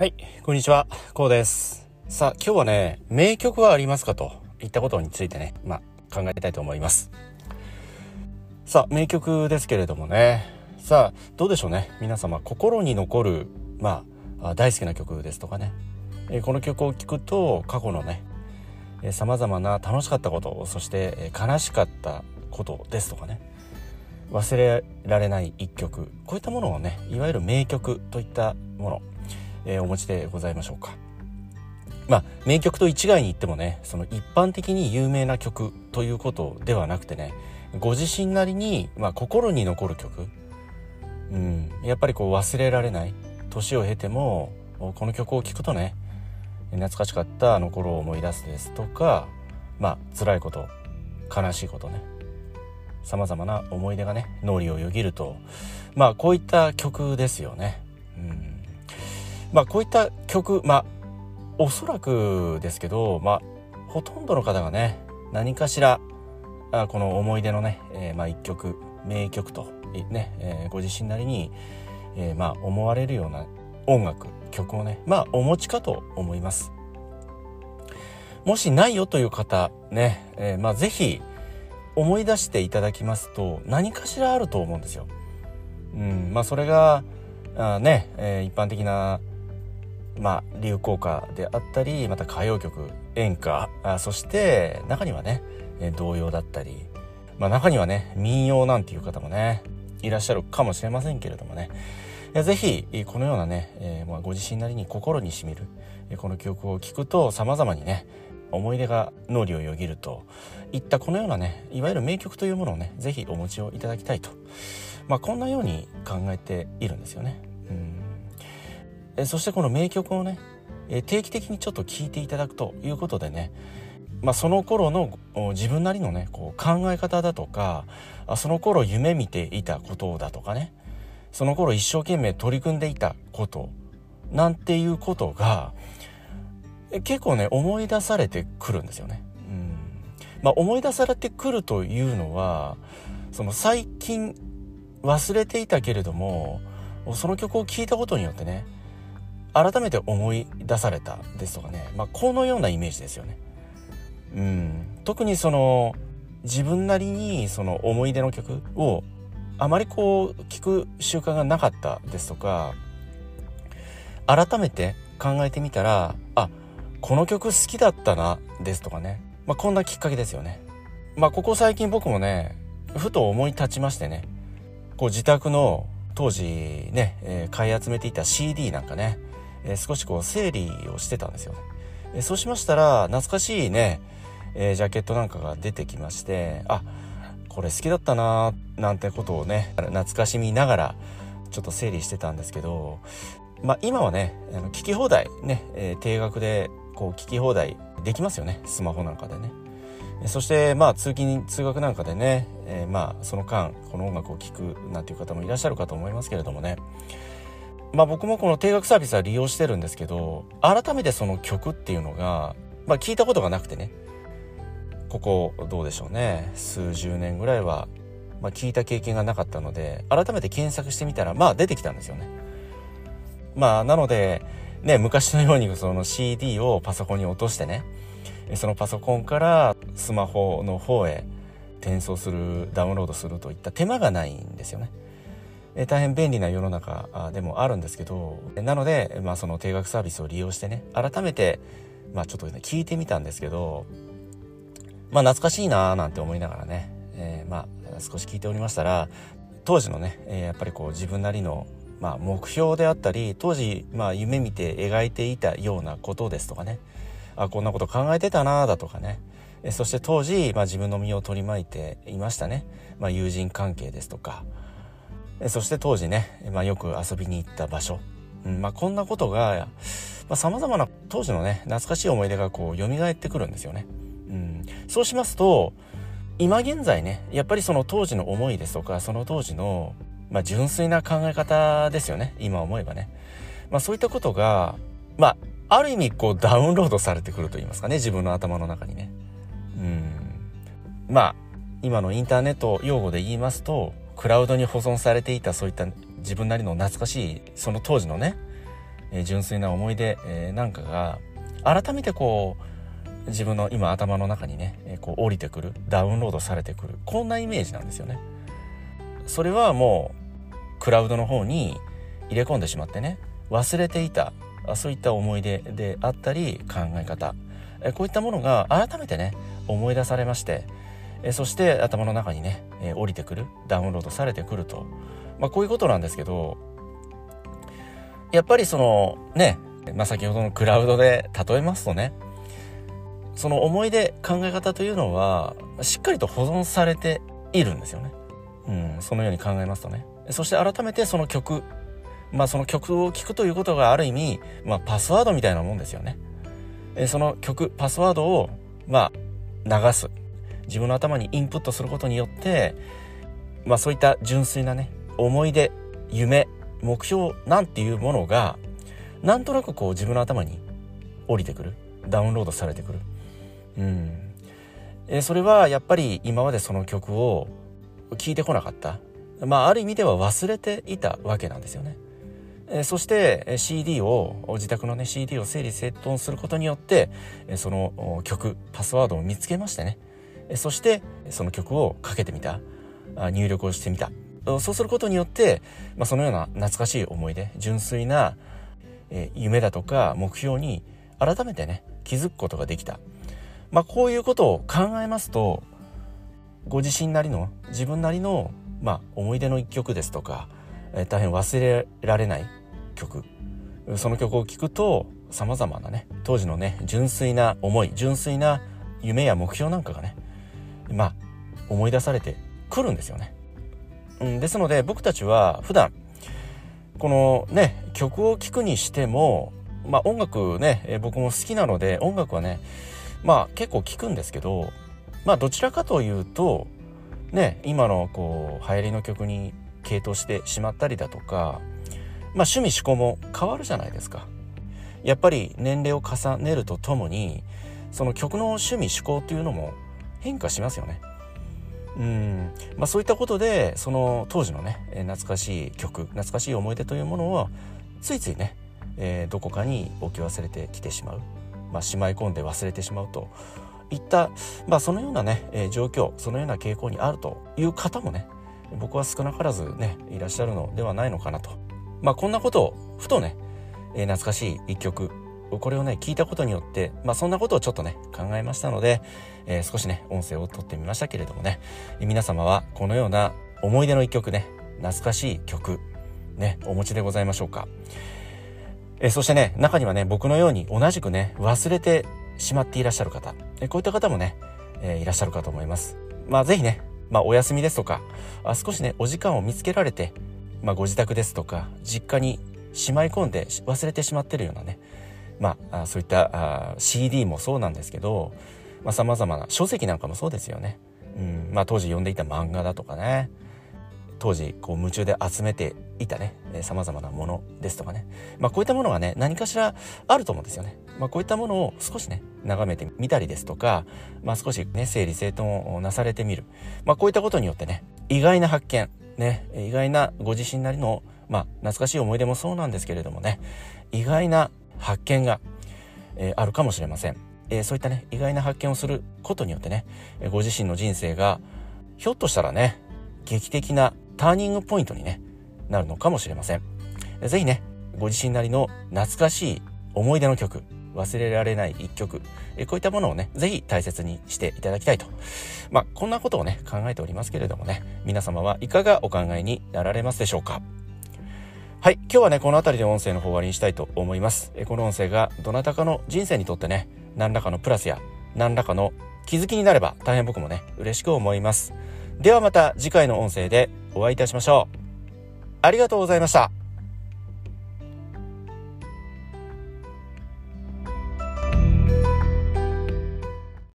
はい、こんにちは、こうです。さあ、今日はね、名曲はありますかといったことについてね、考えたいと思います。さあ、名曲ですけれどもね、さあ、どうでしょうね、皆様心に残る、大好きな曲ですとかね、この曲を聴くと過去のね、様々な楽しかったこと、そして悲しかったことですとかね、忘れられない一曲、こういったものをね、いわゆる名曲といったもの、お持ちでございましょうか。名曲と一概に言ってもね、その一般的に有名な曲ということではなくてね、ご自身なりに、心に残る曲、やっぱりこう忘れられない、年を経てもこの曲を聴くとね、懐かしかったあの頃を思い出すですとか、辛いこと、悲しいことね、様々な思い出がね、脳裏をよぎると、こういった曲ですよね。こういった曲、おそらくですけど、ほとんどの方がね、何かしらこの思い出のね、一曲、名曲とね、ご自身なりに、思われるような音楽、曲をね、お持ちかと思います。もしないよという方ね、ぜひ思い出していただきますと、何かしらあると思うんですよ。それが一般的な流行歌であったり、また歌謡曲、演歌、そして中にはね、童謡だったり、中にはね、民謡なんていう方もね、いらっしゃるかもしれませんけれどもね、ぜひこのようなね、ご自身なりに心に染みるこの曲を聴くと、様々にね、思い出が脳裏をよぎるといった、このようなね、いわゆる名曲というものをね、ぜひお持ちをいただきたいと、こんなように考えているんですよね。そしてこの名曲をね、定期的にちょっと聴いていただくということでね、その頃の自分なりのね、こう考え方だとか、その頃夢見ていたことだとかね、その頃一生懸命取り組んでいたことなんていうことが結構ね、思い出されてくるんですよね。思い出されてくるというのは、その最近忘れていたけれども、その曲を聴いたことによってね、改めて思い出されたですとかね、このようなイメージですよね。特にその自分なりにその思い出の曲をあまりこう聞く習慣がなかったですとか、改めて考えてみたら、この曲好きだったなですとかね、こんなきっかけですよね。ここ最近僕もね、ふと思い立ちましてね、こう自宅の当時ね、買い集めていた CD なんかね、少しこう整理をしてたんですよね。そうしましたら、懐かしいね、ジャケットなんかが出てきまして、これ好きだったななんてことをね、懐かしみながらちょっと整理してたんですけど、今はね、聞き放題ね、定額でこう聞き放題できますよね、スマホなんかでね。そして通勤通学なんかでね、その間この音楽を聴くなんていう方もいらっしゃるかと思いますけれどもね、僕もこの定額サービスは利用してるんですけど、改めてその曲っていうのが、聞いたことがなくてね、ここどうでしょうね、数十年ぐらいは、聞いた経験がなかったので、改めて検索してみたら出てきたんですよね。なのでね、昔のようにその CD をパソコンに落としてね、そのパソコンからスマホの方へ転送する、ダウンロードするといった手間がないんですよね。大変便利な世の中でもあるんですけど、なので、その定額サービスを利用してね、改めてちょっとね、聞いてみたんですけど、懐かしいなーなんて思いながらね、少し聞いておりましたら、当時のね、やっぱりこう自分なりの目標であったり、当時夢見て描いていたようなことですとかね、こんなこと考えてたなーだとかね、そして当時、自分の身を取り巻いていましたね、友人関係ですとか、そして当時ね、よく遊びに行った場所、こんなことが、様々な当時のね、懐かしい思い出がこう蘇ってくるんですよね。そうしますと、今現在ね、やっぱりその当時の思いですとか、その当時の、純粋な考え方ですよね、今思えばね。そういったことが、ある意味こうダウンロードされてくると言いますかね、自分の頭の中にね。今のインターネット用語で言いますと、クラウドに保存されていたそういった自分なりの懐かしいその当時のね、 純粋な思い出、なんかが改めてこう自分の今頭の中にね、こう降りてくる、ダウンロードされてくる、こんなイメージなんですよね。それはもうクラウドの方に入れ込んでしまってね、忘れていたそういった思い出であったり考え方、こういったものが改めてね思い出されまして、そして頭の中にね降りてくる、ダウンロードされてくると、こういうことなんですけど、やっぱりそのね、先ほどのクラウドで例えますとね、その思い出、考え方というのはしっかりと保存されているんですよね。そのように考えますとね、そして改めてその曲、その曲を聴くということがある意味、パスワードみたいなもんですよね。その曲、パスワードを流す、自分の頭にインプットすることによって、そういった純粋なね思い出、夢、目標なんていうものがなんとなくこう自分の頭に降りてくる、ダウンロードされてくる。それはやっぱり今までその曲を聴いてこなかった、ある意味では忘れていたわけなんですよね。そして CD を、自宅のね CD を整理整頓することによって、その曲、パスワードを見つけましてね、そしてその曲をかけてみた、入力をしてみた。そうすることによって、そのような懐かしい思い出、純粋な夢だとか目標に改めてね気づくことができた。こういうことを考えますと、ご自身なりの、自分なりの、思い出の一曲ですとか、大変忘れられない曲、その曲を聴くと様々なね当時のね純粋な思い、純粋な夢や目標なんかがね思い出されてくるんですよね。ですので僕たちは普段このね曲を聴くにしても、音楽ね、僕も好きなので音楽はね結構聴くんですけど、どちらかというとね、今のこう流行りの曲に傾倒してしまったりだとか、趣味嗜好も変わるじゃないですか。やっぱり年齢を重ねるとともにその曲の趣味嗜好っていうのも変化しますよね。そういったことでその当時のね懐かしい曲、懐かしい思い出というものをついついね、どこかに置き忘れてきてしまう、しまい込んで忘れてしまうといった、そのようなね、状況、そのような傾向にあるという方もね僕は少なからずねいらっしゃるのではないのかなと。こんなことをふとね、懐かしい一曲、これをね聞いたことによって、そんなことをちょっとね考えましたので、少しね音声を撮ってみましたけれどもね、皆様はこのような思い出の一曲ね、懐かしい曲ねお持ちでございましょうか。そしてね中にはね僕のように同じくね忘れてしまっていらっしゃる方、こういった方もね、いらっしゃるかと思います。ぜひね、お休みですとか少しねお時間を見つけられて、ご自宅ですとか実家にしまい込んで忘れてしまってるようなね、そういったCD もそうなんですけど、様々な書籍なんかもそうですよね。当時読んでいた漫画だとかね、当時こう夢中で集めていたね様々なものですとかね、こういったものがね何かしらあると思うんですよね。こういったものを少しね眺めてみたりですとか、少しね整理整頓をなされてみる、こういったことによってね意外な発見ね、意外なご自身なりの懐かしい思い出もそうなんですけれどもね、意外な発見が、あるかもしれません。そういったね意外な発見をすることによってね、ご自身の人生がひょっとしたらね劇的なターニングポイントに、ね、なるのかもしれません。ぜひねご自身なりの懐かしい思い出の曲、忘れられない一曲、こういったものをねぜひ大切にしていただきたいと、こんなことをね考えておりますけれどもね、皆様はいかがお考えになられますでしょうか。はい、今日はねこの辺りで音声の方終わりにしたいと思います。この音声がどなたかの人生にとってね何らかのプラスや何らかの気づきになれば大変僕もね嬉しく思います。ではまた次回の音声でお会いいたしましょう。ありがとうございました。